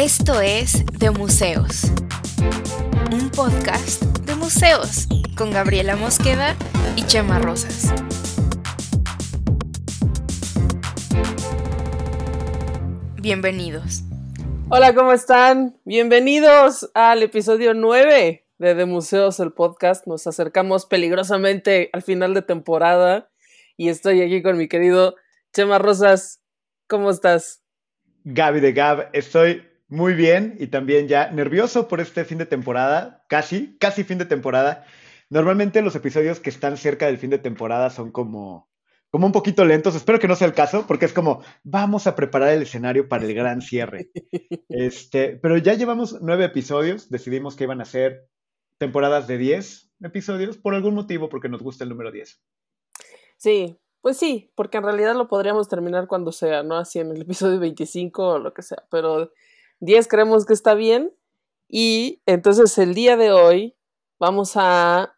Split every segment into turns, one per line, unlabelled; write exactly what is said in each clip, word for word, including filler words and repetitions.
Esto es De Museos, un podcast de museos con Gabriela Mosqueda y Chema Rosas. Bienvenidos.
Hola, ¿cómo están? Bienvenidos al episodio nueve de De Museos, el podcast. Nos acercamos peligrosamente al final de temporada y estoy aquí con mi querido Chema Rosas. ¿Cómo estás?
Gaby de Gab, estoy muy bien y también ya nervioso por este fin de temporada, casi, casi fin de temporada. Normalmente los episodios que están cerca del fin de temporada son como, como un poquito lentos, espero que no sea el caso, porque es como, vamos a preparar el escenario para el gran cierre. Este, pero ya llevamos nueve episodios, decidimos que iban a ser temporadas de diez episodios, por algún motivo, porque nos gusta el número diez.
Sí, pues sí, porque en realidad lo podríamos terminar cuando sea, ¿no? Así en el episodio veinticinco o lo que sea, pero diez creemos que está bien. Y entonces el día de hoy vamos a...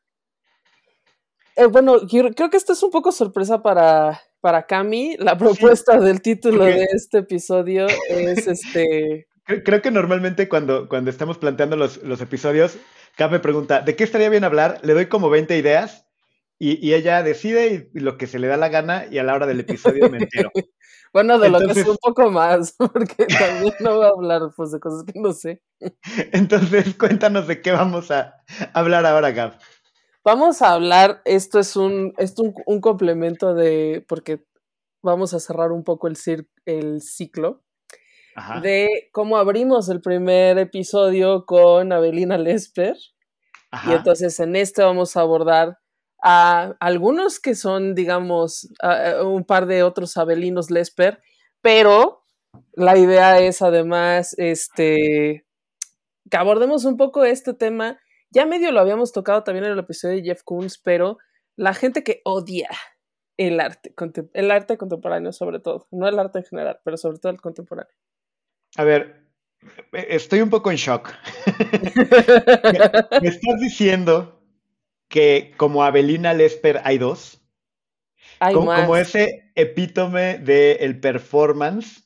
Eh, bueno, creo, creo que esto es un poco sorpresa para, para Cami. La propuesta sí, del título porque... de este episodio es este...
Creo, creo que normalmente cuando, cuando estamos planteando los, los episodios, Cam me pregunta, ¿de qué estaría bien hablar? Le doy como veinte ideas y, y ella decide y, y lo que se le da la gana y a la hora del episodio me entero.
Bueno, de entonces, lo que es un poco más, porque también no voy a hablar pues, de cosas que no sé.
Entonces, cuéntanos de qué vamos a hablar ahora, Gab.
Vamos a hablar, esto es un, esto un, un complemento de, porque vamos a cerrar un poco el, cir, el ciclo, Ajá. de cómo abrimos el primer episodio con Avelina Lesper. Ajá. Y entonces en este vamos a abordar a algunos que son, digamos, a un par de otros Avelinos Lesper, pero la idea es además este, que abordemos un poco este tema. Ya medio lo habíamos tocado también en el episodio de Jeff Koons, pero la gente que odia el arte, el arte contemporáneo sobre todo, no el arte en general, pero sobre todo el contemporáneo.
A ver, estoy un poco en shock. ¿Me estás diciendo que como Avelina Lesper hay dos?
Hay
como,
más.
como ese epítome del performance,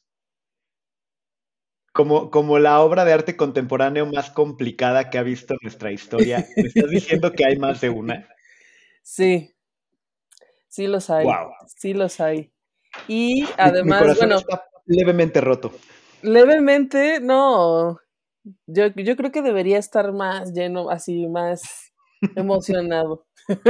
como, como la obra de arte contemporáneo más complicada que ha visto nuestra historia. ¿Me estás diciendo que hay más de una?
Sí, sí los hay.
Wow.
Sí los hay. Y además,
mi, mi corazón
bueno,
está levemente roto.
Levemente, no. Yo, yo creo que debería estar más lleno, así, más emocionado.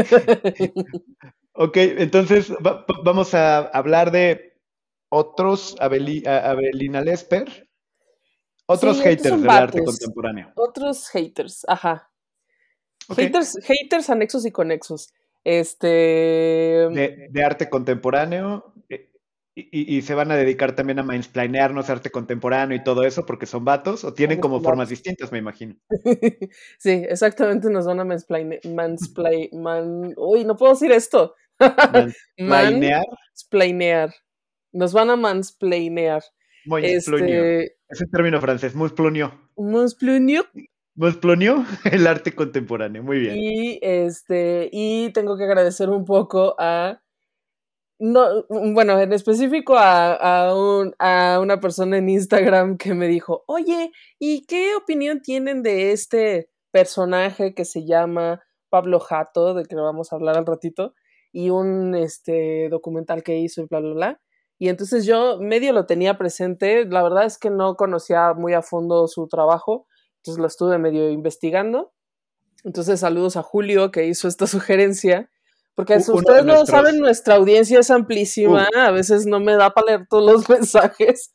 Ok, entonces va, vamos a hablar de otros Abeli, Avelina Lesper, otros
sí,
haters del
vatos,
arte contemporáneo.
Otros haters, ajá. Okay. Haters, haters anexos y conexos. Este.
De, de arte contemporáneo. Y, y, y se van a dedicar también a mansplainearnos arte contemporáneo y todo eso porque son vatos o tienen como formas distintas, me imagino.
Sí, exactamente, nos van a mansplaine, mansplain, man, uy, no puedo decir esto.
Mansplainear.
Mansplainear. Nos van a mansplainear.
Este... Ese término francés, musplunio.
Musplunio.
Musplunio, el arte contemporáneo, muy bien.
Y este, y tengo que agradecer un poco a No, bueno, en específico a, a, un, a una persona en Instagram que me dijo, oye, ¿y qué opinión tienen de este personaje que se llama Pablo Hato, de que vamos a hablar al ratito, y un este, documental que hizo y bla, bla, bla? Y entonces yo medio lo tenía presente, la verdad es que no conocía muy a fondo su trabajo, entonces lo estuve medio investigando. Entonces saludos a Julio que hizo esta sugerencia. Porque si ustedes no lo saben, nuestra audiencia es amplísima, uh. a veces no me da para leer todos los mensajes.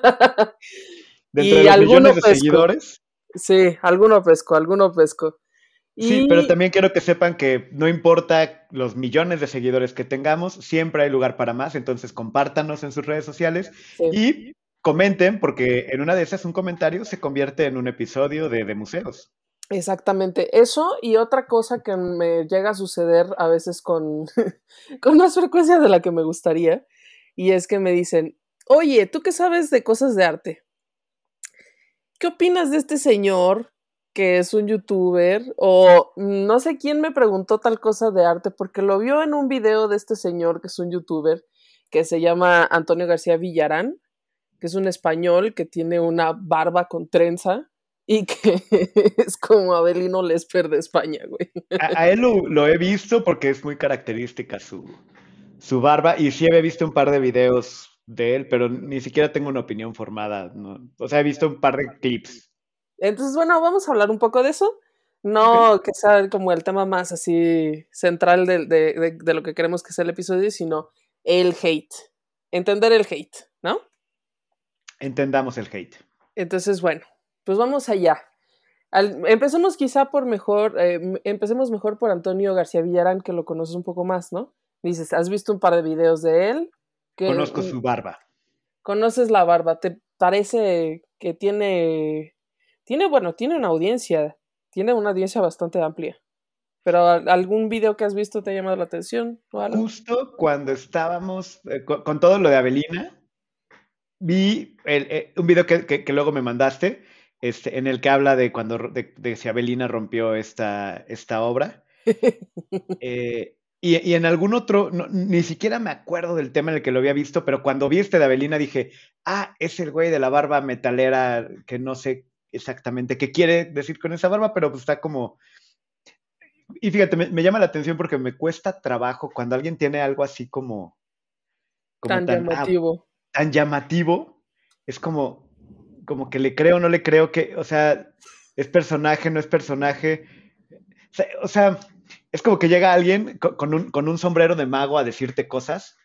¿De entre los millones de pesco. seguidores?
Sí, alguno pesco, alguno pesco.
Y... Sí, pero también quiero que sepan que no importa los millones de seguidores que tengamos, siempre hay lugar para más, entonces compártanos en sus redes sociales sí. y comenten, porque en una de esas un comentario se convierte en un episodio de, de museos.
Exactamente, eso y otra cosa que me llega a suceder a veces con, con más frecuencia de la que me gustaría, y es que me dicen, oye, ¿tú qué sabes de cosas de arte? ¿Qué opinas de este señor que es un youtuber? O no sé quién me preguntó tal cosa de arte porque lo vio en un video de este señor que es un youtuber que se llama Antonio García Villarán. que es un español que tiene una barba con trenza y que es como Avelino Lesper de España, güey.
A, a él lo, lo he visto porque es muy característica su, su barba y sí había visto un par de videos de él, pero ni siquiera tengo una opinión formada, ¿no? O sea, he visto un par de clips.
Entonces, bueno, vamos a hablar un poco de eso. No
Ok.
que sea como el tema más así central de, de, de, de lo que queremos que sea el episodio, sino el hate. Entender el hate, ¿no?
Entendamos el hate.
Entonces, bueno, pues vamos allá. Al, empecemos quizá por mejor, eh, empecemos mejor por Antonio García Villarán, que lo conoces un poco más, ¿no? Dices, has visto un par de videos de él. Que,
Conozco su barba.
Conoces la barba. ¿Te parece que tiene, tiene, bueno, tiene una audiencia, tiene una audiencia bastante amplia? ¿Pero algún video que has visto te ha llamado la atención o algo?
Justo cuando estábamos eh, con, con todo lo de Avelina, vi el, eh, un video que, que, que luego me mandaste, este, en el que habla de cuando de, de si Avelina rompió esta, esta obra. Eh, y, y en algún otro, no, ni siquiera me acuerdo del tema en el que lo había visto, pero cuando vi este de Avelina dije, ah, es el güey de la barba metalera que no sé exactamente qué quiere decir con esa barba, pero pues está como... Y fíjate, me, me llama la atención porque me cuesta trabajo cuando alguien tiene algo así como, como
Tan
tan, ah,
llamativo.
tan llamativo, es como, como que le creo o no le creo que, o sea, es personaje, no es personaje. O sea, o sea, es como que llega alguien con, con, un, con un sombrero de mago a decirte cosas.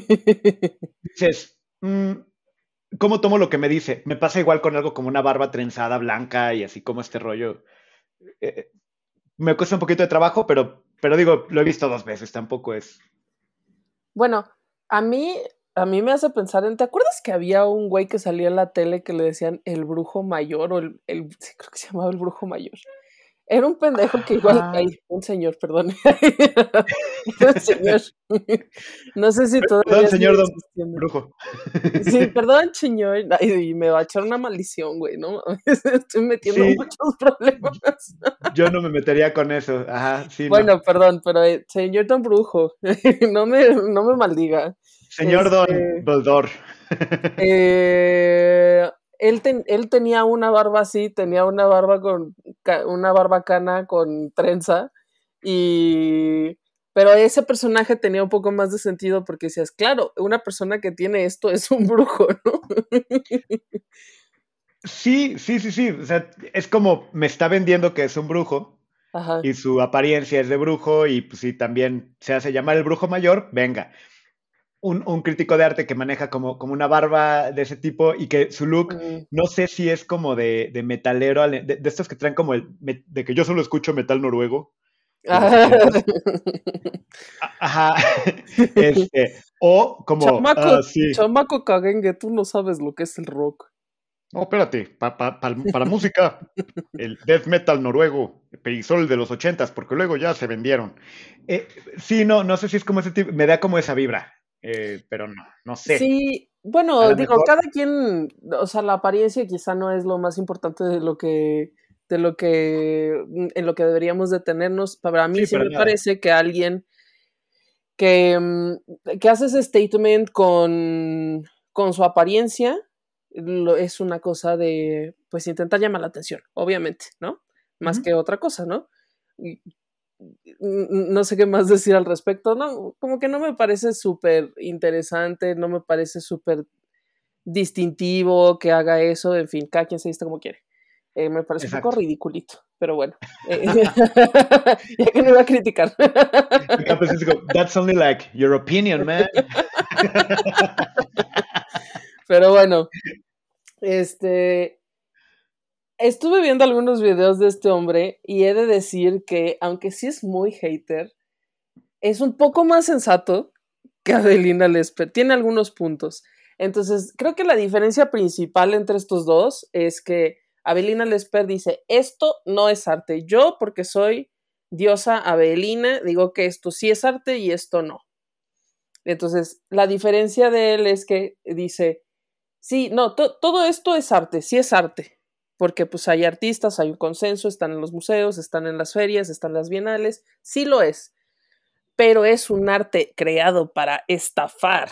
Dices, mm, ¿cómo tomo lo que me dice? Me pasa igual con algo como una barba trenzada blanca y así como este rollo. Eh, me cuesta un poquito de trabajo, pero, pero digo, lo he visto dos veces, tampoco es.
Bueno, a mí, a mí me hace pensar en, ¿te acuerdas que había un güey que salía en la tele que le decían el brujo mayor o el, el sí, creo que se llamaba el brujo mayor? Era un pendejo que igual,
Ajá.
ay, un señor, perdón. Un señor. No sé si
Perdón,
todavía sigue
señor Don
existiendo.
Brujo.
Sí, perdón, señor. Ay, y me va a echar una maldición, güey, ¿no? Estoy metiendo
Sí,
muchos problemas.
yo no me metería con eso. Ajá, sí, no.
Bueno, perdón, pero eh, señor Don Brujo, no me, no me maldiga.
Señor Don
Este,
Boldor.
eh, él, ten- él tenía una barba así, tenía una barba con ca- una barba cana con trenza y pero ese personaje tenía un poco más de sentido porque decías, claro, una persona que tiene esto es un brujo, ¿no?
Sí, sí, sí, sí. O sea, es como me está vendiendo que es un brujo
Ajá.
y su apariencia es de brujo y pues si también se hace llamar el brujo mayor, venga. Un, un crítico de arte que maneja como, como una barba de ese tipo y que su look,
Mm.
no sé si es como de, de metalero, ale- de, de estos que traen como el, me- de que yo solo escucho metal noruego de los ochentas. A- Ajá, este, o como,
Chamaco,
ah, sí,
chamaco caguengue, tú no sabes lo que es el rock.
no, espérate, pa- pa- pa- para música, el death metal noruego, Perisol de los ochentas, porque luego ya se vendieron. Eh, sí, no, no sé si es como ese tipo, me da como esa vibra, eh, pero no, no sé.
Sí,
A
bueno,
lo
digo,
mejor,
cada quien, o sea, la apariencia quizá no es lo más importante de lo que, de lo que, mm, en lo que deberíamos detenernos. Para mí
sí,
sí
para
me
nada.
parece que alguien que, mm, que hace ese statement con, con su apariencia lo- es una cosa de, pues, intentar llamar la atención, obviamente, ¿no? Más
Ujú.
que otra cosa, ¿no? Y, mm, no sé qué más decir al respecto, ¿no? Como que no me parece súper interesante, no me parece súper distintivo que haga eso, en fin, cada quien se viste como quiere. Eh, me parece un poco
Exacto.
ridiculito, pero bueno, eh, ya que no iba a criticar.
Y Campos es como, that's only like your opinion, man.
Pero bueno, este, estuve viendo algunos videos de este hombre y he de decir que, aunque sí es muy hater, es un poco más sensato que Adelina Lesper. Tiene algunos puntos. Entonces, creo que la diferencia principal entre estos dos es que Avelina Lesper dice, esto no es arte. Yo, porque soy diosa Avelina, digo que esto sí es arte y esto no. Entonces, la diferencia de él es que dice, sí, no, to- todo esto es arte, sí es arte. Porque pues hay artistas, hay un consenso, están en los museos, están en las ferias, están en las bienales, sí lo es. pero es un arte creado para estafar.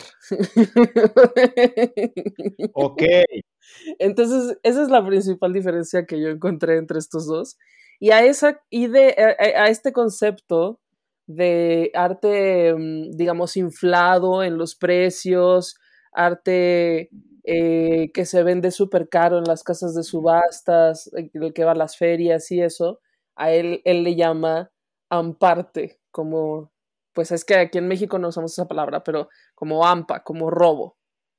Ok.
Entonces, esa es la principal diferencia que yo encontré entre estos dos. Y a, esa, y de, a, a este concepto de arte, digamos, inflado en los precios, arte eh, que se vende súper caro en las casas de subastas, el que va a las ferias y eso, a él, él le llama amparte, como, pues es que aquí en México no usamos esa palabra, pero como ampa, como robo.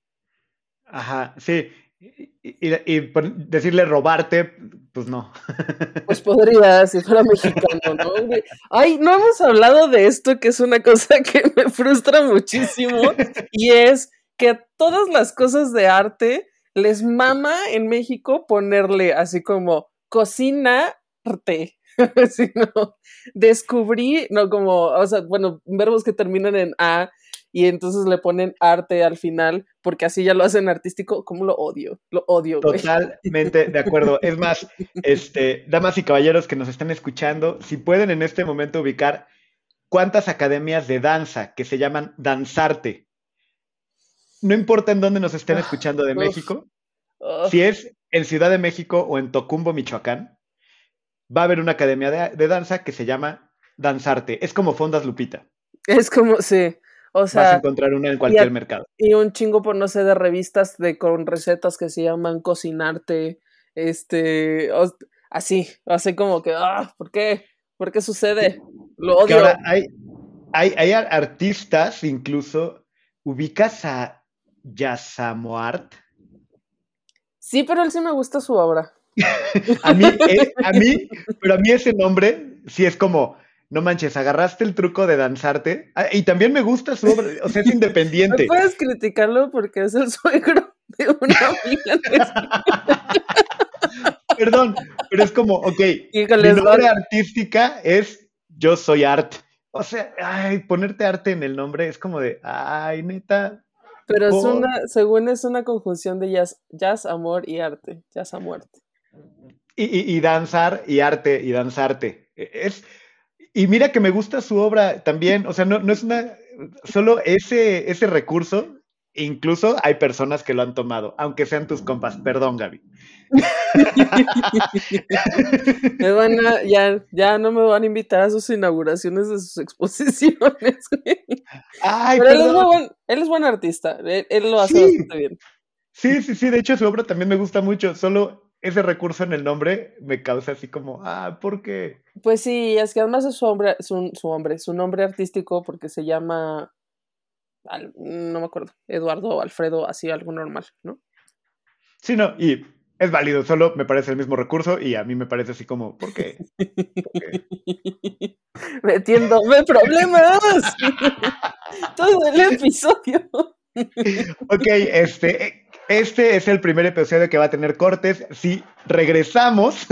Ajá, sí. Y, y, y decirle robarte, pues no.
Pues podría, si fuera mexicano, ¿no? Ay, no hemos hablado de esto, que es una cosa que me frustra muchísimo, y es que todas las cosas de arte les mama en México ponerle así como cocina arte. Así, no, descubrí, no como, o sea, bueno, verbos que terminan en A y entonces le ponen arte al final porque así ya lo hacen artístico. ¿Cómo lo odio? Lo odio, güey.
Totalmente de acuerdo. Es más, este, damas y caballeros que nos están escuchando, si pueden en este momento ubicar cuántas academias de danza que se llaman Danzarte, no importa en dónde nos estén escuchando de
Uf,
México,
uf.
si es en Ciudad de México o en Tocumbo, Michoacán, va a haber una academia de, de danza que se llama Danzarte. Es como Fondas Lupita.
Es como, sí, o sea...
Vas a encontrar una en cualquier
y a,
mercado.
Y un chingo, por no sé, de revistas de con recetas que se llaman Cocinarte, este, o, así, así como que, ah, ¿por qué? ¿Por qué sucede? Lo odio.
Que ahora hay, hay, hay artistas, incluso, ubicas a Yasamoart.
Sí, pero él sí me gusta su obra.
a mí, eh, a mí, pero a mí ese nombre sí es como, no manches, agarraste el truco de danzarte. Ah, y también me gusta su obra, o sea, es independiente.
No puedes criticarlo porque es el suegro de una amiga.
Perdón, pero es como, ok,
Híjole,
mi nombre
no.
artística es Yo Soy Art. O sea, ay, ponerte arte en el nombre es como de, ay, neta.
Pero
por...
es una, según es una conjunción de jazz, jazz, amor y arte, jazz a muerte.
Y, y, y danzar y arte y danzarte. Es, y mira que me gusta su obra también, o sea, no, no es una, solo ese, ese recurso, incluso hay personas que lo han tomado, aunque sean tus compas. Perdón, Gaby.
Me van a, ya, ya no me van a invitar a sus inauguraciones de sus exposiciones.
Ay,
pero él es,
perdón.
buen, él es buen artista, él, él lo hace
Sí.
bastante bien.
Sí, sí, sí, de hecho su obra también me gusta mucho, solo ese recurso en el nombre me causa así como, ah, ¿por qué?
Pues sí, es que además es su hombre, su, su hombre, su nombre artístico porque se llama, no me acuerdo, Eduardo o Alfredo, así algo normal, ¿no?
Sí, no, y es válido, solo me parece el mismo recurso y a mí me parece así como, ¿por qué? ¿Por qué?
Metiéndome problemas. Todo el episodio.
Ok, este, este es el primer episodio que va a tener cortes. Si regresamos.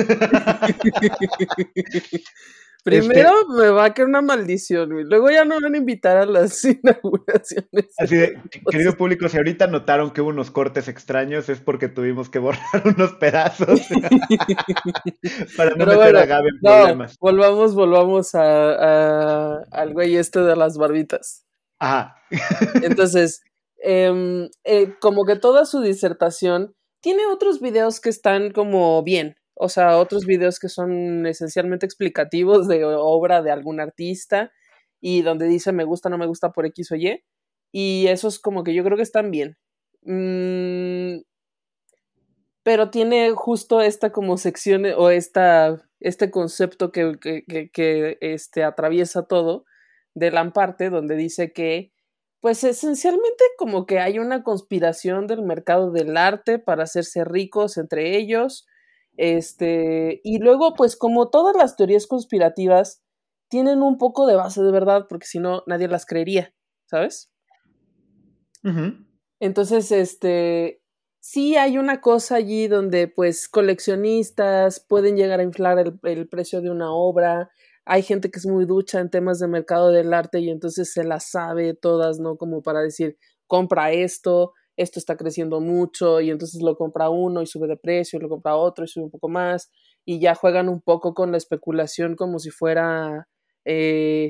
Primero este, me va a caer una maldición, güey. Luego ya no van a invitar a las inauguraciones.
Así de, querido público, si ahorita notaron que hubo unos cortes extraños, es porque tuvimos que borrar unos pedazos para no
Pero
meter
bueno,
a Gaby en
no,
problemas.
Volvamos, volvamos a, a, al güey este de las barbitas.
Ajá.
Entonces, eh, eh, como que toda su disertación tiene otros videos que están como bien. O sea, otros videos que son esencialmente explicativos de obra de algún artista y donde dice me gusta, no me gusta por X o Y. Y esos como que yo creo que están bien. Mm, pero tiene justo esta como sección o esta, este concepto que, que, que, que este, atraviesa todo de Lamparte, donde dice que pues esencialmente como que hay una conspiración del mercado del arte para hacerse ricos entre ellos. Este, y luego, pues como todas las teorías conspirativas tienen un poco de base de verdad, porque si no, nadie las creería, ¿sabes?
Uh-huh.
Entonces, este, sí hay una cosa allí donde, pues, coleccionistas pueden llegar a inflar el, el precio de una obra. Hay gente que es muy ducha en temas de mercado del arte y entonces se las sabe todas, ¿no? Como para decir, compra esto, esto está creciendo mucho y entonces lo compra uno y sube de precio, y lo compra otro y sube un poco más y ya juegan un poco con la especulación como si fuera, eh,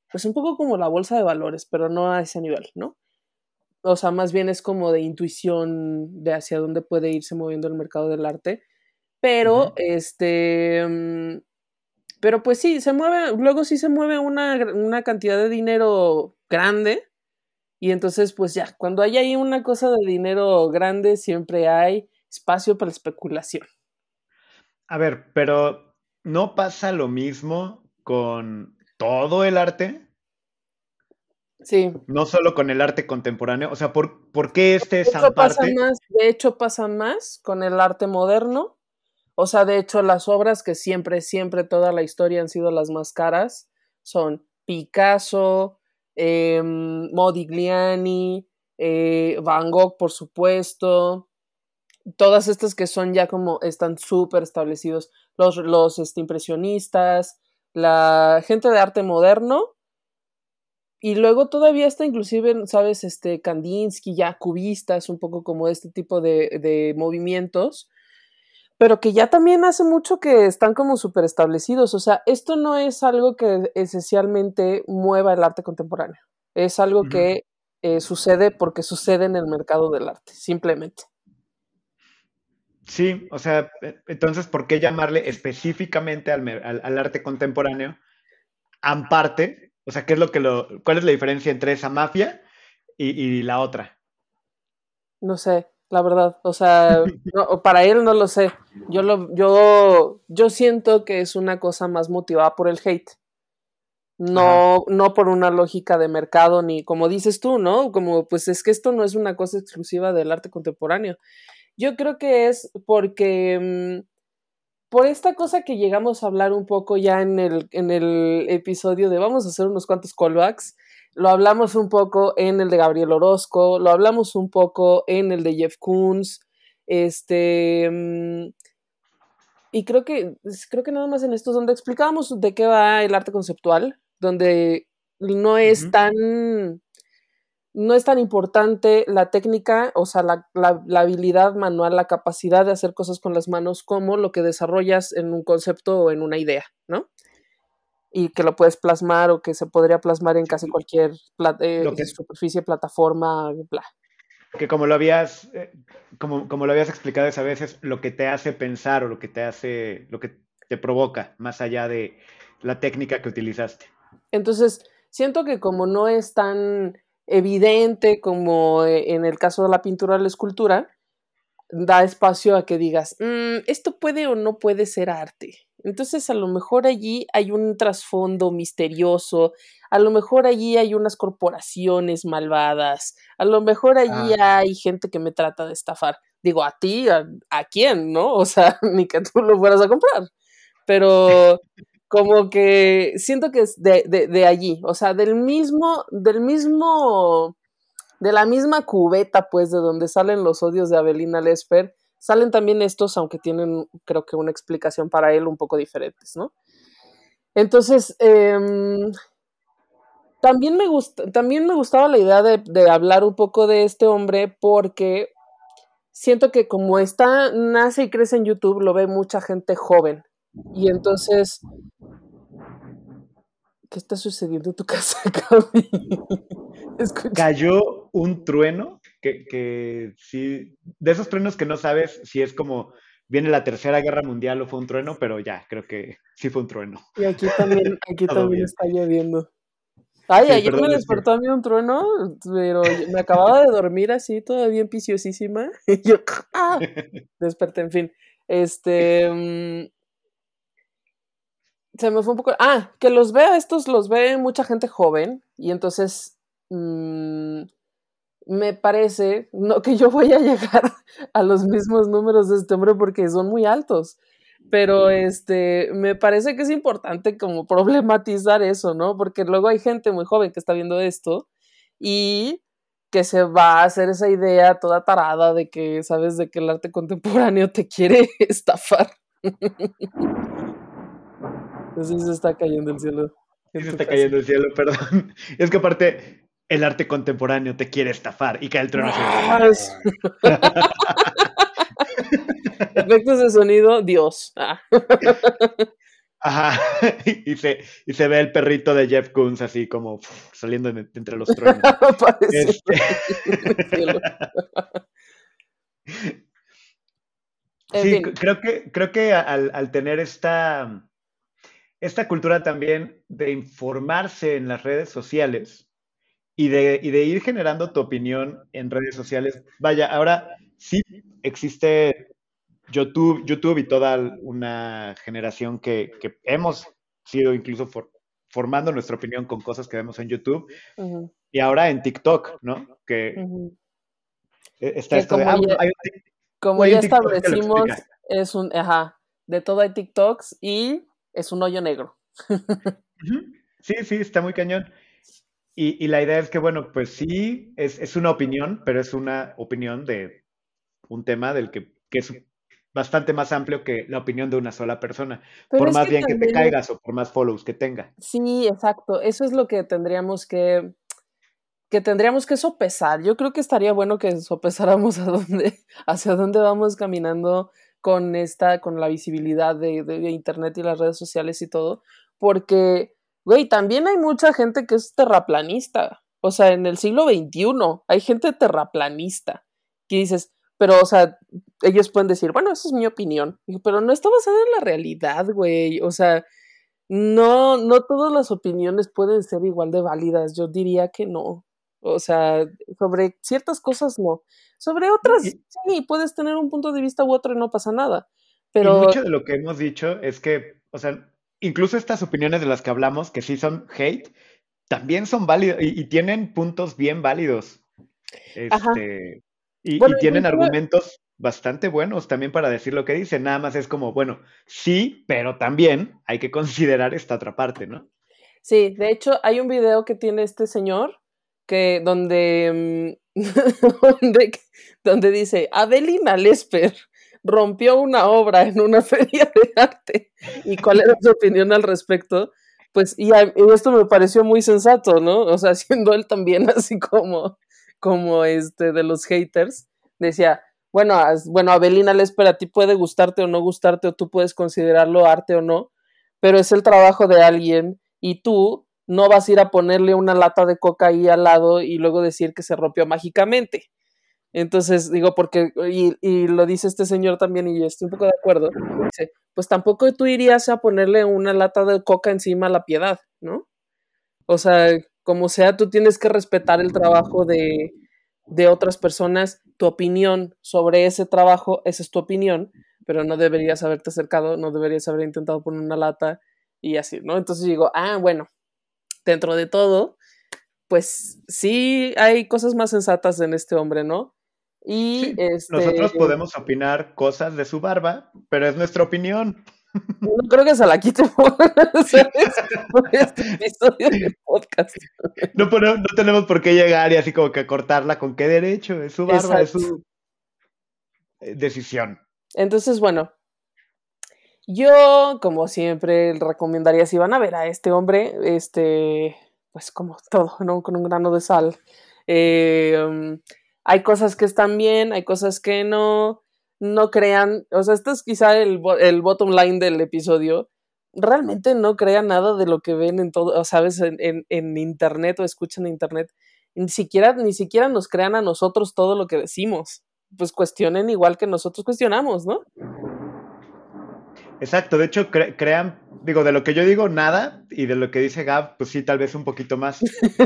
pues un poco como la bolsa de valores, pero no a ese nivel, ¿no? O sea, más bien es como de intuición de hacia dónde puede irse moviendo el mercado del arte. Pero, uh-huh. este, pero pues sí, se mueve, luego sí se mueve una, una cantidad de dinero grande. Y entonces, pues ya, cuando hay ahí una cosa de dinero grande, siempre hay espacio para la especulación.
A ver, pero ¿no pasa lo mismo con todo el arte?
Sí.
No solo con el arte contemporáneo. O sea, ¿por, ¿por qué este
es San parte? De hecho, pasa más con el arte moderno. O sea, de hecho, las obras que siempre, siempre, toda la historia han sido las más caras son Picasso, eh, Modigliani, eh, Van Gogh, por supuesto. Todas estas que son ya como están súper establecidos. Los, los este, impresionistas, la gente de arte moderno. Y luego todavía está inclusive, ¿sabes? Este, Kandinsky, ya cubistas, un poco como este tipo de, de movimientos, pero que ya también hace mucho que están como súper establecidos. O sea, esto no es algo que esencialmente mueva el arte contemporáneo. Es algo uh-huh. que eh, sucede porque sucede en el mercado del arte, simplemente.
Sí, o sea, entonces, ¿por qué llamarle específicamente al, al, al arte contemporáneo? Aparte, o sea, ¿qué es lo que lo, ¿cuál es la diferencia entre esa mafia y, y la otra?
No sé, la verdad. O sea, no, para él no lo sé. Yo lo, yo, yo siento que es una cosa más motivada por el hate. No, no por una lógica de mercado, ni como dices tú, ¿no? Como, pues es que esto no es una cosa exclusiva del arte contemporáneo. Yo creo que es porque por esta cosa que llegamos a hablar un poco ya en el, en el episodio de vamos a hacer unos cuantos callbacks, lo hablamos un poco en el de Gabriel Orozco, lo hablamos un poco en el de Jeff Koons, este, y creo que, creo que nada más en estos donde explicábamos de qué va el arte conceptual, donde no es uh-huh. tan... no es tan importante la técnica, o sea, la, la, la habilidad manual, la capacidad de hacer cosas con las manos, como lo que desarrollas en un concepto o en una idea, ¿no? Y que lo puedes plasmar o que se podría plasmar en casi cualquier plat- eh, que, superficie, plataforma, bla.
Que como lo habías, eh, como, como lo habías explicado esa vez, es lo que te hace pensar o lo que te hace, lo que te provoca, más allá de la técnica que utilizaste.
Entonces, siento que como no es tan evidente como en el caso de la pintura o la escultura, da espacio a que digas, mmm, esto puede o no puede ser arte. Entonces a lo mejor allí hay un trasfondo misterioso, a lo mejor allí hay unas corporaciones malvadas, a lo mejor allí ah. hay gente que me trata de estafar. Digo, a ti, a, ¿a quién, no? O sea, ni que tú lo fueras a comprar. Pero como que siento que es de, de, de allí, o sea, del mismo, del mismo, de la misma cubeta, pues, de donde salen los odios de Avelina Lesper, salen también estos, aunque tienen, creo que una explicación para él un poco diferentes, ¿no? Entonces, eh, también, me gust- también me gustaba la idea de, de hablar un poco de este hombre porque siento que como está, nace y crece en YouTube, lo ve mucha gente joven. Y entonces, ¿qué está sucediendo en tu casa, Gaby?
Cayó un trueno que, que sí, de esos truenos que no sabes si es como viene la Tercera Guerra Mundial o fue un trueno, pero ya, creo que sí fue un trueno.
Y aquí también, aquí también está lloviendo. Ay, sí, ayer me despertó a mí un trueno, pero me acababa de dormir así, toda bien piciosísima. Y yo, ¡ah! Desperté, en fin. Este... Um, se me fue un poco... Ah, que los vea, estos los ve mucha gente joven, y entonces... Mmm, me parece, no que yo voy a llegar a los mismos números de este hombre porque son muy altos, pero este, me parece que es importante como problematizar eso, ¿no? Porque luego hay gente muy joven que está viendo esto y que se va a hacer esa idea toda tarada de que, ¿sabes? De que el arte contemporáneo te quiere estafar. Entonces se está cayendo el cielo.
Sí, se está casa. cayendo el cielo, perdón. Es que aparte... el arte contemporáneo te quiere estafar y cae el trueno.
Así. Efectos de sonido, Dios. Ah.
Ajá, y se, y se ve el perrito de Jeff Koons así como uf, saliendo de, de entre los truenos. Este... Sí, creo que, creo que al, al tener esta, esta cultura también de informarse en las redes sociales y de, y de ir generando tu opinión en redes sociales, vaya, ahora sí existe YouTube, YouTube y toda una generación que, que hemos sido incluso for, formando nuestra opinión con cosas que vemos en YouTube, uh-huh. Y ahora en TikTok, ¿no? Que uh-huh. está
que
esto de, ah,
ya,
bueno, hay un,
como ya establecimos, es un, ajá, de todo hay TikToks y es un hoyo negro.
Uh-huh. Sí, sí, está muy cañón. Y, y la idea es que, bueno, pues sí, es, es una opinión, pero es una opinión de un tema del que, que es bastante más amplio que la opinión de una sola persona, pero por más que bien también... que te caigas o por más follows que tenga.
Sí, exacto, eso es lo que tendríamos que, que tendríamos que sopesar. Yo creo que estaría bueno que sopesáramos a dónde, hacia dónde vamos caminando con esta, con la visibilidad de, de, de internet y las redes sociales y todo, porque, güey, también hay mucha gente que es terraplanista. O sea, en el siglo veintiuno hay gente terraplanista que dices, pero, o sea, ellos pueden decir, bueno, esa es mi opinión, pero no está basada en la realidad, güey. O sea, no, no todas las opiniones pueden ser igual de válidas. Yo diría que no. O sea, sobre ciertas cosas no. Sobre otras, y, sí, puedes tener un punto de vista u otro y no pasa nada. Pero...
Y mucho de lo que hemos dicho es que, o sea, incluso estas opiniones de las que hablamos, que sí son hate, también son válidas y, y tienen puntos bien válidos. Este, y, bueno, y tienen incluso... argumentos bastante buenos también para decir lo que dicen. Nada más es como, bueno, sí, pero también hay que considerar esta otra parte, ¿no?
Sí, de hecho, hay un video que tiene este señor que donde, donde, donde dice, Avelina Lesper rompió una obra en una feria de arte. ¿Y cuál era su opinión al respecto? Pues, y, a, y esto me pareció muy sensato, ¿no? O sea, siendo él también así como, como este de los haters, decía, bueno, bueno, Avelina Lesper, a ti puede gustarte o no gustarte, o tú puedes considerarlo arte o no, pero es el trabajo de alguien y tú no vas a ir a ponerle una lata de coca ahí al lado y luego decir que se rompió mágicamente. Entonces, digo, porque, y, y lo dice este señor también, y yo estoy un poco de acuerdo, dice, pues tampoco tú irías a ponerle una lata de coca encima a la Piedad, ¿no? O sea, como sea, tú tienes que respetar el trabajo de, de otras personas, tu opinión sobre ese trabajo, esa es tu opinión, pero no deberías haberte acercado, no deberías haber intentado poner una lata y así, ¿no? Entonces digo, ah, bueno, dentro de todo, pues sí hay cosas más sensatas en este hombre, ¿no? Y
sí,
este...
nosotros podemos opinar cosas de su barba, pero es nuestra opinión.
No creo que se la quite por, por este episodio de podcast.
No, no, no tenemos por qué llegar y así como que cortarla con qué derecho, es su barba, exacto. Es su decisión.
Entonces, bueno, yo, como siempre, recomendaría, si van a ver a este hombre, este, pues como todo, ¿no? Con un grano de sal. Eh, um, hay cosas que están bien, hay cosas que no, no crean, o sea, esto es quizá el, el bottom line del episodio, realmente no crean nada de lo que ven en todo, ¿sabes? En, en, en internet o escuchan en internet, ni siquiera, ni siquiera nos crean a nosotros todo lo que decimos, pues cuestionen igual que nosotros cuestionamos, ¿no?
Exacto, de hecho cre- crean, digo, de lo que yo digo nada y de lo que dice Gab, pues sí, tal vez un poquito más.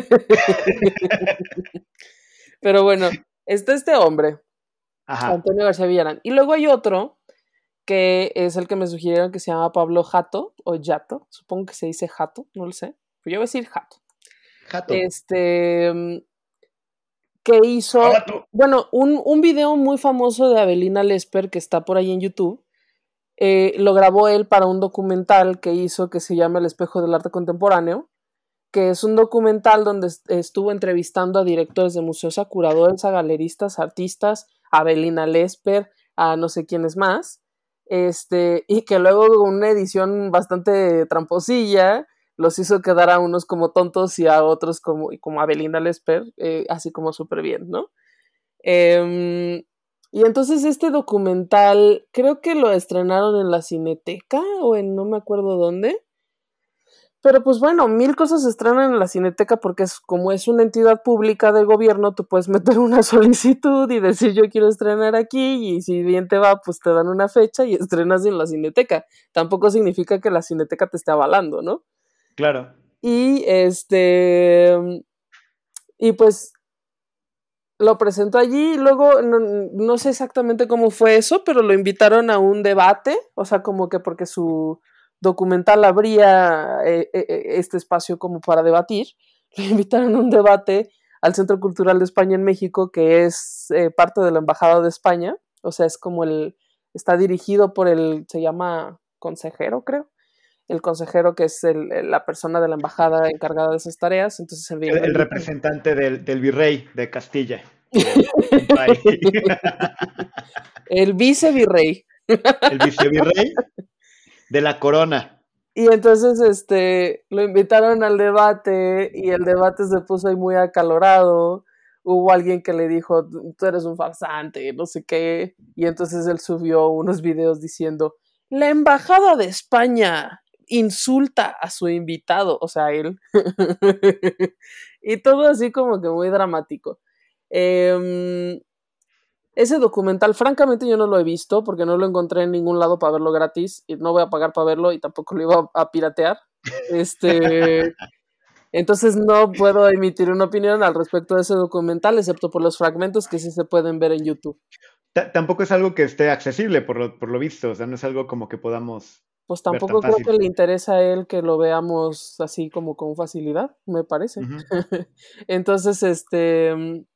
Pero bueno, está este hombre,
Ajá.
Antonio García Villarán, y luego hay otro que es el que me sugirieron que se llama Pablo Jato o Yato, supongo que se dice Jato, no lo sé, pero yo voy a decir Jato.
Jato.
Este, que hizo, Jato. bueno, un, un video muy famoso de Avelina Lesper que está por ahí en YouTube. Eh, lo grabó él para un documental que hizo que se llama El espejo del arte contemporáneo, que es un documental donde est- estuvo entrevistando a directores de museos, a curadores, a galeristas, a artistas, a Avelina Lesper, a no sé quiénes más, este, y que luego con una edición bastante tramposilla los hizo quedar a unos como tontos y a otros como, como Avelina Lesper, eh, así como súper bien, ¿no? Eh, Y entonces este documental, creo que lo estrenaron en la Cineteca o en no me acuerdo dónde. Pero pues bueno, mil cosas se estrenan en la Cineteca porque es como es una entidad pública del gobierno, tú puedes meter una solicitud y decir yo quiero estrenar aquí y si bien te va, pues te dan una fecha y estrenas en la Cineteca. Tampoco significa que la Cineteca te esté avalando, ¿no?
Claro.
Y este... Y pues lo presentó allí y luego no, no sé exactamente cómo fue eso, pero lo invitaron a un debate, o sea, como que porque su documental abría eh, eh, este espacio como para debatir, le invitaron a un debate al Centro Cultural de España en México, que es eh, parte de la Embajada de España, o sea, es como el, está dirigido por el, se llama consejero, creo, el consejero que es el, la persona de la embajada encargada de esas tareas, entonces el,
el, el representante del, del virrey de Castilla.
El vicevirrey.
El vicevirrey de la corona.
Y entonces este lo invitaron al debate y el debate se puso ahí muy acalorado. Hubo alguien que le dijo, tú eres un farsante, no sé qué. Y entonces él subió unos videos diciendo, la embajada de España insulta a su invitado, o sea, él. Y todo así como que muy dramático. Eh, ese documental, francamente yo no lo he visto porque no lo encontré en ningún lado para verlo gratis y no voy a pagar para verlo y tampoco lo iba a piratear. Este, entonces no puedo emitir una opinión al respecto de ese documental, excepto por los fragmentos que sí se pueden ver en YouTube.
T- tampoco es algo que esté accesible por lo, por lo visto, o sea, no es algo como que podamos...
Pues tampoco creo que le interesa a él que lo veamos así como con facilidad, me parece. Uh-huh. Entonces, este...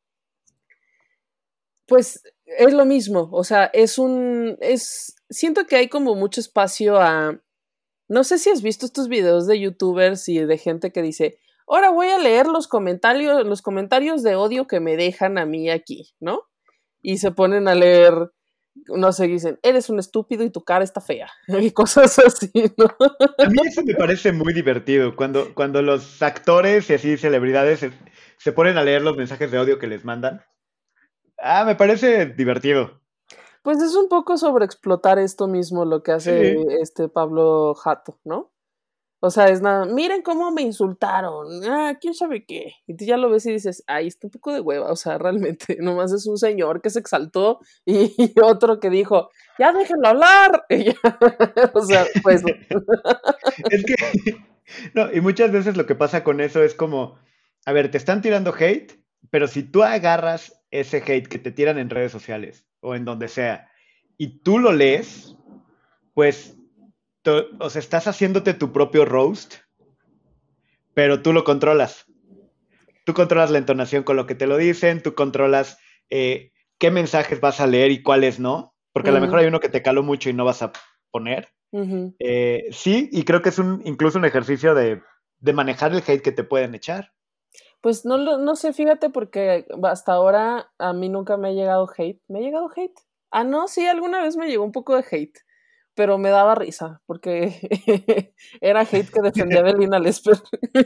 pues es lo mismo, o sea, es un, es, siento que hay como mucho espacio a, no sé si has visto estos videos de youtubers y de gente que dice, ahora voy a leer los comentarios, los comentarios de odio que me dejan a mí aquí, ¿no? Y se ponen a leer, no sé, dicen, eres un estúpido y tu cara está fea, y cosas así, ¿no?
A mí eso me parece muy divertido, cuando, cuando los actores y así celebridades se, se ponen a leer los mensajes de odio que les mandan. Ah, me parece divertido.
Pues es un poco sobreexplotar esto mismo lo que hace sí. este Pablo Jato, ¿no? O sea, es nada, miren cómo me insultaron, ah, quién sabe qué. Y tú ya lo ves y dices, ay, está un poco de hueva, o sea, realmente, nomás es un señor que se exaltó y, y otro que dijo, ya déjenlo hablar. Y ya, o sea, pues.
Es que, no, y muchas veces lo que pasa con eso es como, a ver, te están tirando hate, pero si tú agarras ese hate que te tiran en redes sociales o en donde sea y tú lo lees, pues, to, o sea, estás haciéndote tu propio roast, pero tú lo controlas. Tú controlas la entonación con lo que te lo dicen, tú controlas eh, qué mensajes vas a leer y cuáles no, porque uh-huh. a lo mejor hay uno que te caló mucho y no vas a poner. Uh-huh. Eh, sí, y creo que es un incluso un ejercicio de, de manejar el hate que te pueden echar.
Pues no, no sé, fíjate, porque hasta ahora a mí nunca me ha llegado hate. ¿Me ha llegado hate? Ah, no, sí, alguna vez me llegó un poco de hate, pero me daba risa, porque era hate que defendía a Belina Lesper.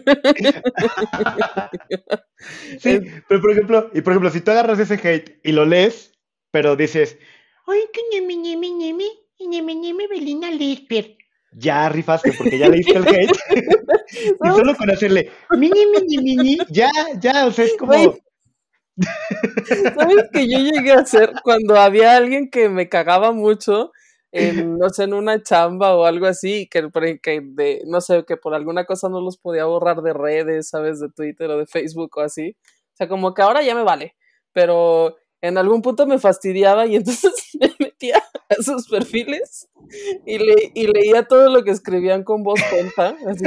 Sí, pero por ejemplo, y por ejemplo, si tú agarras ese hate y lo lees, pero dices, ¡ay, que ñemi, ñemi, ñemi, ñemi, ñemi, Belina Lesper! Ya rifaste, porque ya leíste el hate. Y solo con hacerle mini, mini, mini, ya, ya, o sea, es como...
Wait. ¿Sabes que yo llegué a hacer cuando había alguien que me cagaba mucho, en, no sé, en una chamba o algo así, que, que de, no sé, que por alguna cosa no los podía borrar de redes, ¿sabes? De Twitter o de Facebook o así. O sea, como que ahora ya me vale, pero en algún punto me fastidiaba y entonces me metía a sus perfiles y, le, y leía todo lo que escribían con voz tonta, así.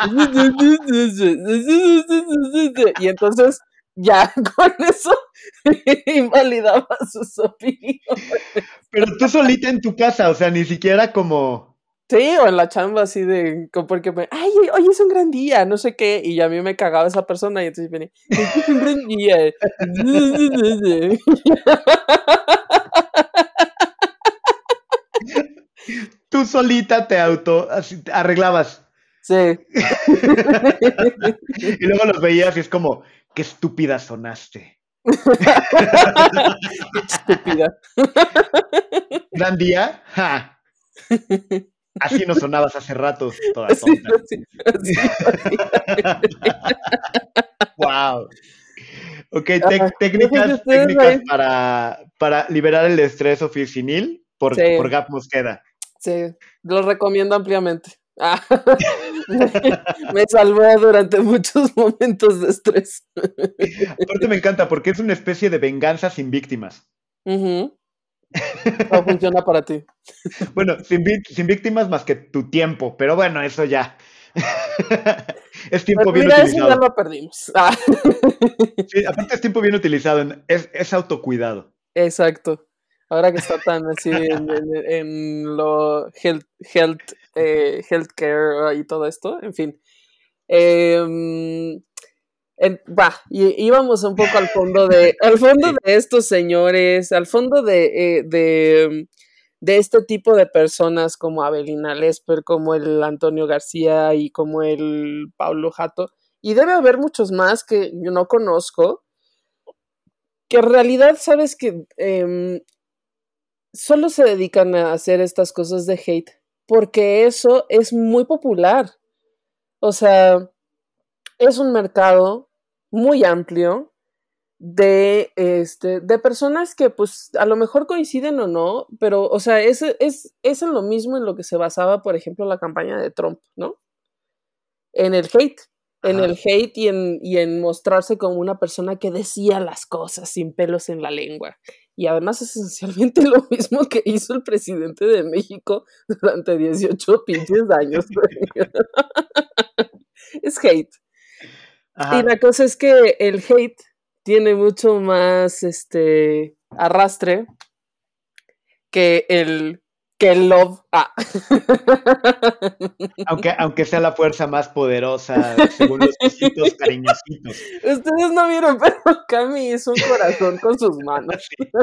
Y entonces ya con eso invalidaba sus opiniones.
Pero tú solita en tu casa, o sea, ni siquiera como...
Sí, o en la chamba así de, porque me, ay, hoy es un gran día, no sé qué, y a mí me cagaba esa persona y entonces venía, es un gran día.
Tú solita te auto así, te arreglabas.
Sí.
Y luego los veías y es como, qué estúpida sonaste.
Estúpida.
Gran día. Ja. Así no sonabas hace rato, toda tonta.
Así, así, así, así.
Wow. Ok,
Ah,
tec- técnicas,
entonces ustedes
técnicas
ahí-
para, para liberar el estrés oficinil por,
Sí.
por Gab Mosqueda.
Sí, lo recomiendo ampliamente. Ah, me, me salvó durante muchos momentos de estrés.
Aparte me encanta porque es una especie de venganza sin víctimas.
Ujú. No funciona para ti.
Bueno, sin, vi- sin víctimas más que tu tiempo, pero bueno, eso ya. Es tiempo
Pero
bien
mira, eso ya
utilizado.
lo perdimos. Ah,
Sí, aparte es tiempo bien utilizado, en- es, es autocuidado.
exacto. Ahora que está tan así en, en- en lo health, health, eh, healthcare y todo esto, en fin. Em, en- va, y íbamos un poco al fondo de, al fondo
Sí.
de estos señores, al fondo de, eh, de, de este tipo de personas como Avelina Lesper, como el Antonio García y como el Pablo Jato. Y debe haber muchos más que yo no conozco, que en realidad sabes que em, solo se dedican a hacer estas cosas de hate, porque eso es muy popular. O sea, es un mercado muy amplio de, este, de personas que pues a lo mejor coinciden o no, pero o sea, es, es, es en lo mismo en lo que se basaba, por ejemplo, la campaña de Trump, ¿no? En el hate, en
Ajá.
el hate y en, y en mostrarse como una persona que decía las cosas sin pelos en la lengua. Y además es esencialmente lo mismo que hizo el presidente de México durante dieciocho pinches años. Es hate. Y
Ajá.
la cosa es que el hate tiene mucho más este arrastre que el que el love. Ah.
Aunque, aunque sea la fuerza más poderosa según los ositos cariñositos.
Ustedes no vieron, pero Cami hizo un corazón con sus manos.
Sí.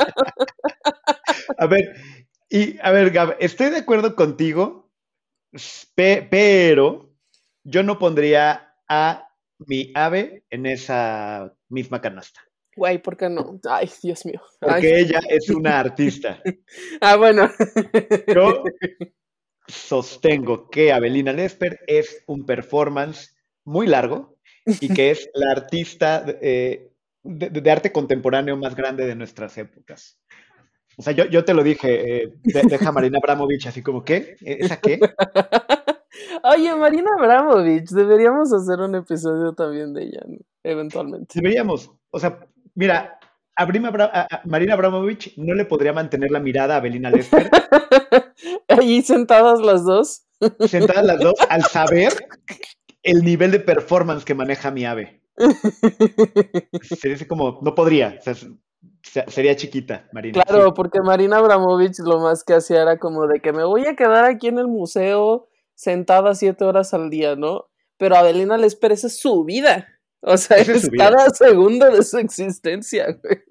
A ver, y a ver, Gab, estoy de acuerdo contigo, pe- pero yo no pondría a mi ave en esa misma canasta.
Güey, ¿por qué no? Ay, Dios mío. Ay.
Porque ella es una artista.
Ah, bueno.
Yo sostengo que Avelina Lesper es un performance muy largo y que es la artista eh, de, de arte contemporáneo más grande de nuestras épocas. O sea, yo, yo te lo dije, eh, de- deja a Marina Abramovich así como, ¿qué? ¿Esa qué?
Oye, Marina Abramovich, deberíamos hacer un episodio también de ella, ¿no? Eventualmente.
Deberíamos, o sea, mira, a, Brima Abra- a- a Marina Abramovich no le podría mantener la mirada a Avelina Lesper,
Allí sentadas las dos.
sentadas las dos, al saber el nivel de performance que maneja mi ave. Sería así como, no podría, o sea, se- sería chiquita, Marina.
Claro,
Sí,
porque Marina Abramovich lo más que hacía era como de que me voy a quedar aquí en el museo sentada siete horas al día, ¿no? Pero Avelina Lesper, esa es su vida. O sea,
esa es
es
su vida.
cada segundo de su existencia, güey.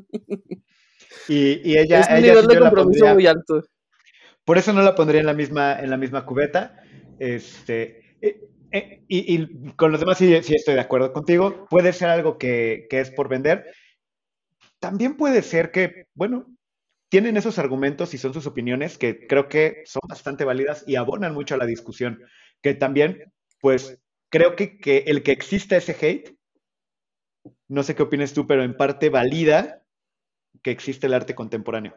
Y, y ella,
Es un
ella
nivel
sí
de
yo la
compromiso muy
pondría,
alto.
por eso no la pondría en la misma, en la misma cubeta. Este, eh, eh, y, y con los demás sí, sí estoy de acuerdo contigo. Puede ser algo que, que es por vender. También puede ser que, bueno, tienen esos argumentos y son sus opiniones que creo que son bastante válidas y abonan mucho a la discusión. Que también, pues, creo que, que el que exista ese hate, no sé qué opinas tú, pero en parte valida que existe el arte contemporáneo.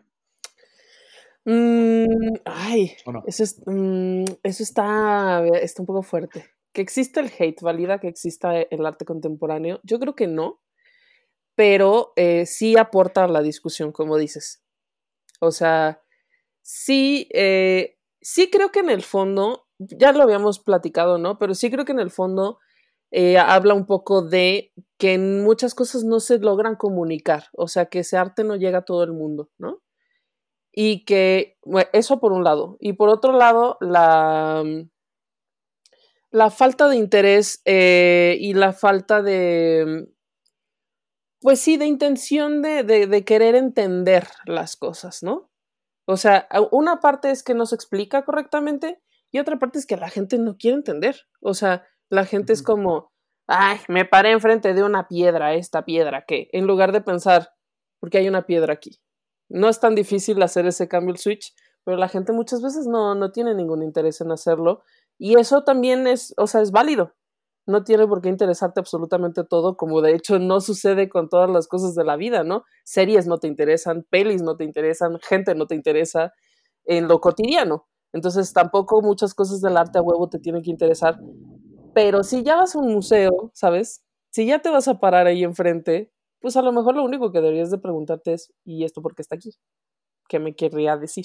Mm, ay,
¿O no?
eso, es, mm, eso está, está un poco fuerte. Que exista el hate, valida que exista el arte contemporáneo. Yo creo que no, pero eh, sí aporta a la discusión, como dices. O sea, sí, eh, sí creo que en el fondo, ya lo habíamos platicado, ¿no? Pero sí creo que en el fondo eh, habla un poco de que en muchas cosas no se logran comunicar, o sea, que ese arte no llega a todo el mundo, ¿no? Y que, bueno, eso por un lado. Y por otro lado, la, la falta de interés eh, y la falta de, pues sí, de intención de, de, de querer entender las cosas, ¿no? O sea, una parte es que no se explica correctamente y otra parte es que la gente no quiere entender. O sea, la gente es como, ay, me paré enfrente de una piedra, esta piedra, ¿qué? En lugar de pensar, ¿por qué hay una piedra aquí? No es tan difícil hacer ese cambio, el switch, pero la gente muchas veces no, no tiene ningún interés en hacerlo, y eso también es, o sea, es válido. No tiene por qué interesarte absolutamente todo, como de hecho no sucede con todas las cosas de la vida, ¿no? Series no te interesan, pelis no te interesan, gente no te interesa en lo cotidiano. Entonces tampoco muchas cosas del arte a huevo te tienen que interesar. Pero si ya vas a un museo, ¿sabes? Si ya te vas a parar ahí enfrente, pues a lo mejor lo único que deberías de preguntarte es, ¿y esto por qué está aquí? ¿Qué me querría decir?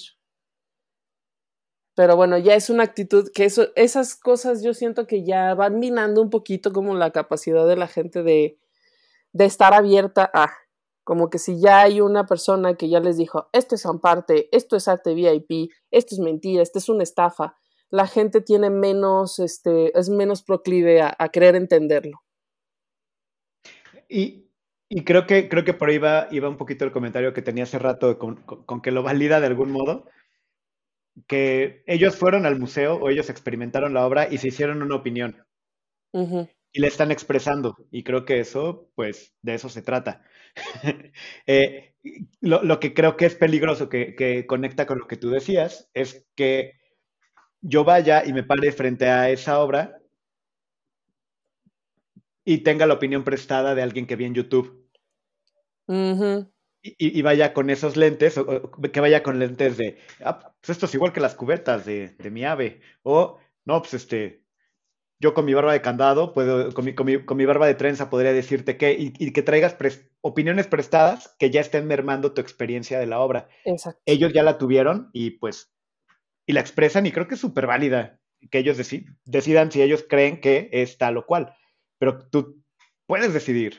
Pero bueno, ya es una actitud que eso, esas cosas yo siento que ya van minando un poquito como la capacidad de la gente de, de estar abierta a, como que si ya hay una persona que ya les dijo, esto es amparte, esto es arte V I P, esto es mentira, esto es una estafa, la gente tiene menos, este, es menos proclive a, a querer entenderlo.
Y, y creo que, creo que por ahí va, iba un poquito el comentario que tenía hace rato con, con- con que lo valida de algún modo, que ellos fueron al museo o ellos experimentaron la obra y se hicieron una opinión
Uh-huh.
y la están expresando. Y creo que eso, pues, de eso se trata. Eh, lo, lo que creo que es peligroso, que, que conecta con lo que tú decías, es que yo vaya y me pare frente a esa obra y tenga la opinión prestada de alguien que vi en YouTube.
Uh-huh.
Y, y vaya con esos lentes, o, o que vaya con lentes de, ah, pues esto es igual que las cubetas de, de mi ave. O, no, pues este, yo con mi barba de candado, puedo, con mi, con mi, con mi barba de trenza podría decirte que, y, y que traigas pres- opiniones prestadas que ya estén mermando tu experiencia de la obra.
Exacto.
Ellos ya la tuvieron y pues, y la expresan y creo que es súper válida que ellos deci- decidan si ellos creen que es tal o cual. Pero tú puedes decidir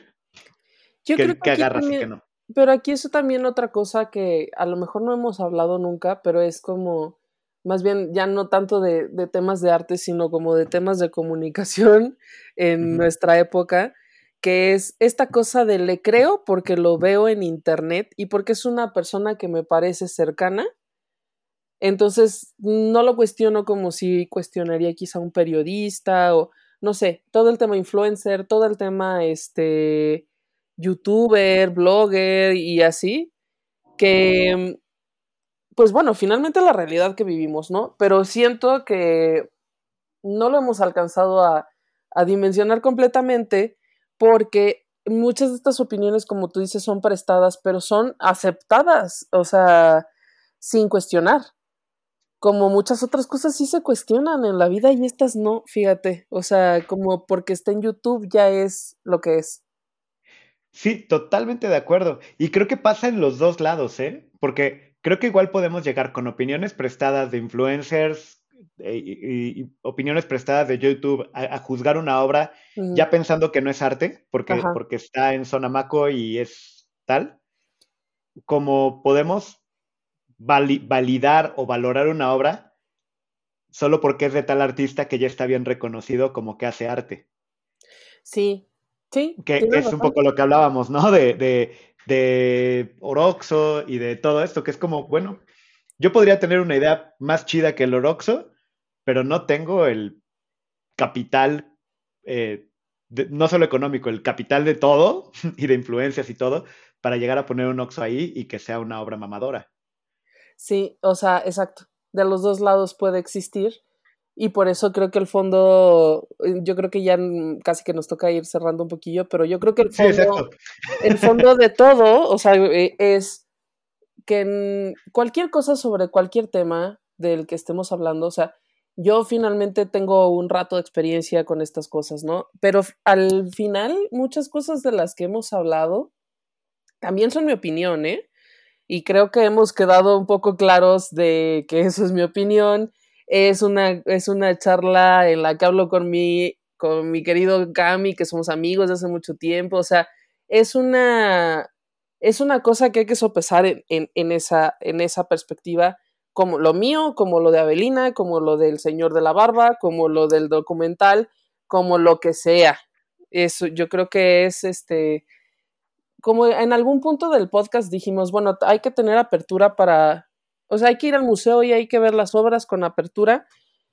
Yo creo
qué,
que
qué
aquí
agarras y qué
también,
no.
pero aquí es también otra cosa que a lo mejor no hemos hablado nunca, pero es como, más bien ya no tanto de, de temas de arte, sino como de temas de comunicación en
Ujú.
nuestra época, que es esta cosa de le creo porque lo veo en internet y porque es una persona que me parece cercana. Entonces, no lo cuestiono como si cuestionaría quizá un periodista o, no sé, todo el tema influencer, todo el tema, este, youtuber, blogger y así, que, pues bueno, finalmente la realidad que vivimos, ¿no? Pero siento que no lo hemos alcanzado a, a dimensionar completamente porque muchas de estas opiniones, como tú dices, son prestadas, pero son aceptadas, o sea, sin cuestionar como muchas otras cosas sí se cuestionan en la vida y estas no, fíjate, o sea, como porque está en YouTube ya es lo que es.
Sí, totalmente de acuerdo. Y creo que pasa en los dos lados, ¿eh? Porque creo que igual podemos llegar con opiniones prestadas de influencers eh, y, y opiniones prestadas de YouTube a, a juzgar una obra
Ujú.
ya pensando que no es arte, porque,
Ajá,
porque está en Sonamaco y es tal, como podemos vali- validar o valorar una obra solo porque es de tal artista que ya está bien reconocido como que hace arte.
sí, sí,
Que, que
tienes
es un
razón.
poco lo que hablábamos, ¿no? De, de, de Oroxo y de todo esto, que es como, bueno, yo podría tener una idea más chida que el Oroxo, pero no tengo el capital, eh, de- no solo económico, el capital de todo y de influencias y todo, para llegar a poner un Oxo ahí y que sea una obra mamadora.
Sí, o sea, exacto. De los dos lados puede existir y por eso creo que el fondo, eh, yo creo que ya mm, casi que nos toca ir cerrando un poquillo, pero yo creo que el
Sí,
fondo,
exacto.
el fondo de todo, o sea, eh, es que en cualquier cosa sobre cualquier tema del que estemos hablando, o sea, yo finalmente tengo un rato de experiencia con estas cosas, ¿no? Pero f- al final, muchas cosas de las que hemos hablado también son mi opinión, ¿eh? Y creo que hemos quedado un poco claros de que eso es mi opinión. Es una, es una charla en la que hablo con mi, con mi querido Cami, que somos amigos de hace mucho tiempo. O sea, es una, es una cosa que hay que sopesar en, en, en esa, en esa perspectiva, como lo mío, como lo de Avelina, como lo del señor de la barba, como lo del documental, como lo que sea. Eso, yo creo que es este como en algún punto del podcast dijimos, bueno, hay que tener apertura para, o sea, hay que ir al museo y hay que ver las obras con apertura,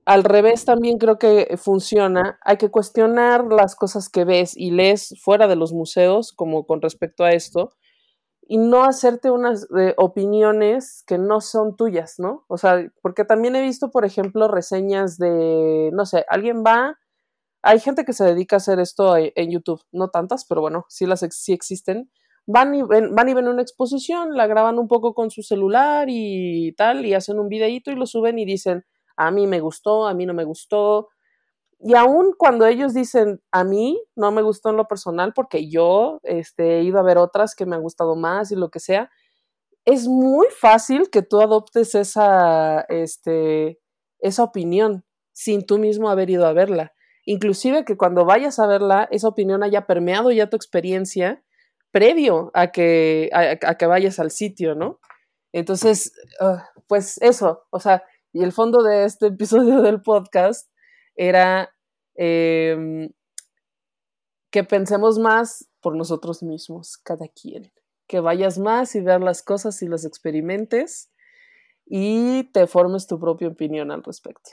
al revés también creo que funciona. Hay que cuestionar las cosas que ves y lees fuera de los museos, como con respecto a esto, y no hacerte unas eh, opiniones que no son tuyas, ¿no? O sea, porque también he visto, por ejemplo, reseñas de, no sé, alguien va, hay gente que se dedica a hacer esto en YouTube, no tantas, pero bueno, sí, las, sí existen. Van y, ven, van y ven una exposición, la graban un poco con su celular y tal, y hacen un videíto y lo suben y dicen, a mí me gustó, a mí no me gustó. Y aún cuando ellos dicen, a mí no me gustó en lo personal porque yo este, he ido a ver otras que me han gustado más y lo que sea, es muy fácil que tú adoptes esa, este, esa opinión sin tú mismo haber ido a verla. Inclusive que cuando vayas a verla, esa opinión haya permeado ya tu experiencia previo a que, a, a que vayas al sitio, ¿no? Entonces, uh, pues eso, o sea, y el fondo de este episodio del podcast era eh, que pensemos más por nosotros mismos, cada quien. Que vayas más y veas las cosas y las experimentes y te formes tu propia opinión al respecto.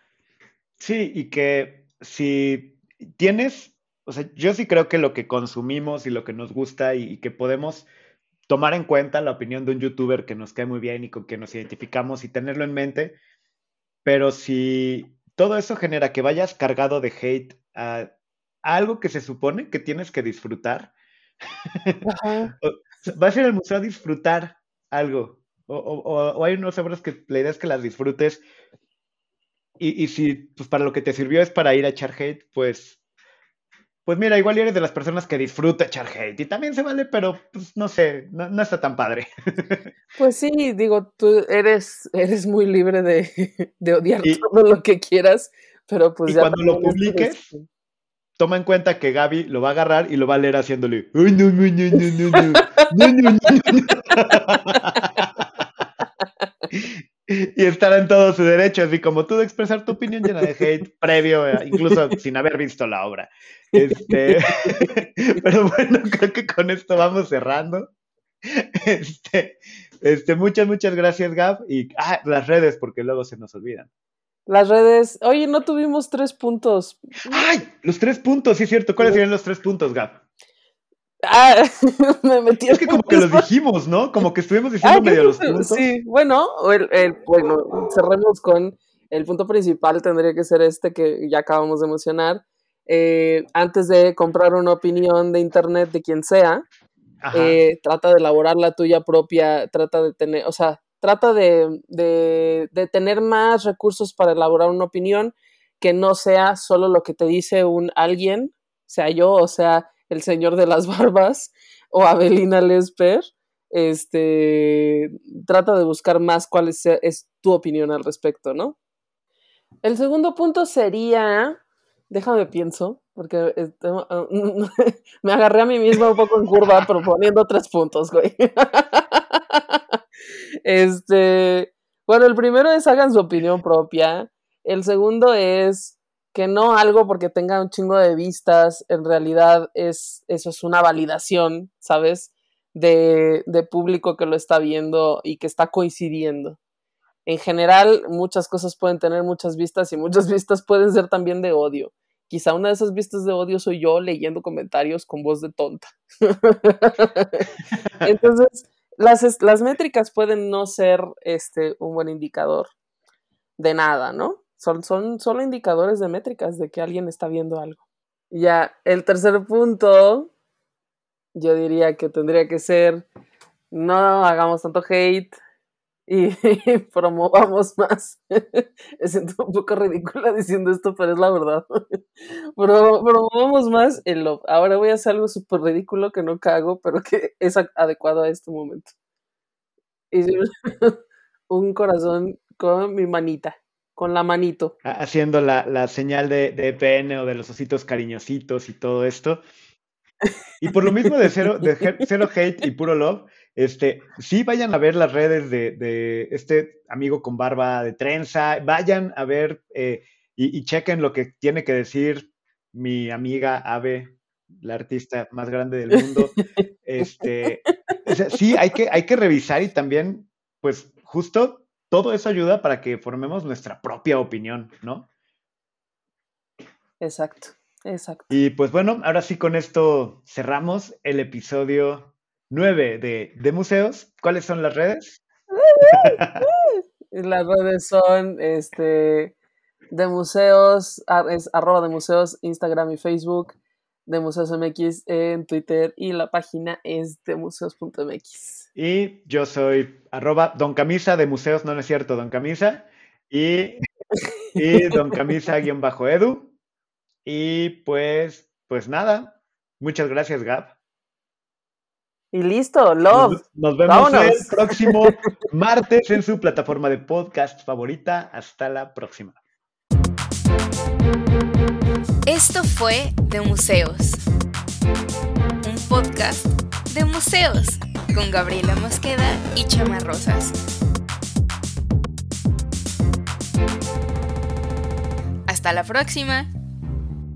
Sí, y que si tienes, o sea, yo sí creo que lo que consumimos y lo que nos gusta y, y que podemos tomar en cuenta la opinión de un youtuber que nos cae muy bien y con que nos identificamos y tenerlo en mente, pero si todo eso genera que vayas cargado de hate a, a algo que se supone que tienes que disfrutar,
Ajá.
vas a ir al museo a disfrutar algo, o, o, o hay unas obras que la idea es que las disfrutes, y, y si pues para lo que te sirvió es para ir a echar hate, pues, pues mira, igual eres de las personas que disfruta echar hate, y también se vale, pero pues no sé, no, no está tan padre.
Pues sí, digo, tú eres, eres muy libre de, de odiar
Y,
todo lo que quieras, pero pues
y
ya
cuando lo
también es tu
publiques,
decisión.
toma en cuenta que Gaby lo va a agarrar y lo va a leer haciéndole, ¡ay, no, no, no, no, no, no, no, no, no, no! Y estar en todo su derecho, así como tú de expresar tu opinión llena de hate previo, eh, incluso sin haber visto la obra. Este, pero bueno, creo que con esto vamos cerrando. Este, este, muchas, muchas gracias, Gab. Y ah, las redes, porque luego se nos olvidan.
Las redes, oye, no tuvimos tres puntos.
¡Ay! Los tres puntos, sí es cierto. ¿Cuáles serían los tres puntos, Gab?
Ah, me metí.
Es que como que los dijimos, ¿no? Como que estuvimos diciendo
ah,
medio los
que,
puntos.
Sí, bueno, el, el, bueno, cerremos con el punto principal, tendría que ser este que ya acabamos de mencionar. Eh, antes de comprar una opinión de internet de quien sea, eh, trata de elaborar la tuya propia, trata de tener, o sea, trata de, de, de tener más recursos para elaborar una opinión que no sea solo lo que te dice un alguien, sea yo, o sea, el señor de las barbas, o Abelina Lesper. Este, trata de buscar más cuál es, es tu opinión al respecto, ¿no? El segundo punto sería, déjame pienso, porque este, uh, me agarré a mí misma un poco en curva proponiendo tres puntos, güey. Este, bueno, el primero es hagan su opinión propia. El segundo es que no algo porque tenga un chingo de vistas, en realidad es, eso es una validación, ¿sabes? De, de público que lo está viendo y que está coincidiendo. En general, muchas cosas pueden tener muchas vistas y muchas vistas pueden ser también de odio. Quizá una de esas vistas de odio soy yo leyendo comentarios con voz de tonta. Entonces, las, las métricas pueden no ser este, un buen indicador de nada, ¿no? Son, son solo indicadores de métricas de que alguien está viendo algo. Ya, el tercer punto, yo diría que tendría que ser, no hagamos tanto hate y, y promovamos más. Me siento un poco ridícula diciendo esto, pero es la verdad. Pero promovamos más el love. Ahora voy a hacer algo súper ridículo que no cago, pero que es adecuado a este momento. Y un corazón con mi manita. Con la manito.
Haciendo la, la señal de, de E P N o de los ositos cariñositos y todo esto. Y por lo mismo de cero, de cero hate y puro love, este, sí vayan a ver las redes de, de este amigo con barba de trenza, vayan a ver eh, y, y chequen lo que tiene que decir mi amiga Ave, la artista más grande del mundo. Este, o sea, sí, hay que, hay que revisar y también, pues, justo todo eso ayuda para que formemos nuestra propia opinión, ¿no?
Exacto, exacto.
Y pues bueno, ahora sí con esto cerramos el episodio nueve de, de Museos. ¿Cuáles son las redes?
Las redes son este, de museos, es arroba de museos, Instagram y Facebook, de Museos M X en Twitter, y la página es de museos punto m x.
Y yo soy arroba Don Camisa de Museos, no, no es cierto, Don Camisa, y, y Don Camisa-edu. Y pues, pues nada, muchas gracias, Gab.
Y listo, love.
Nos, nos vemos Vámonos. el próximo martes en su plataforma de podcast favorita. Hasta la próxima.
Esto fue De Museos, un podcast de museos con Gabriela Mosqueda y Chama Rosas. Hasta la próxima.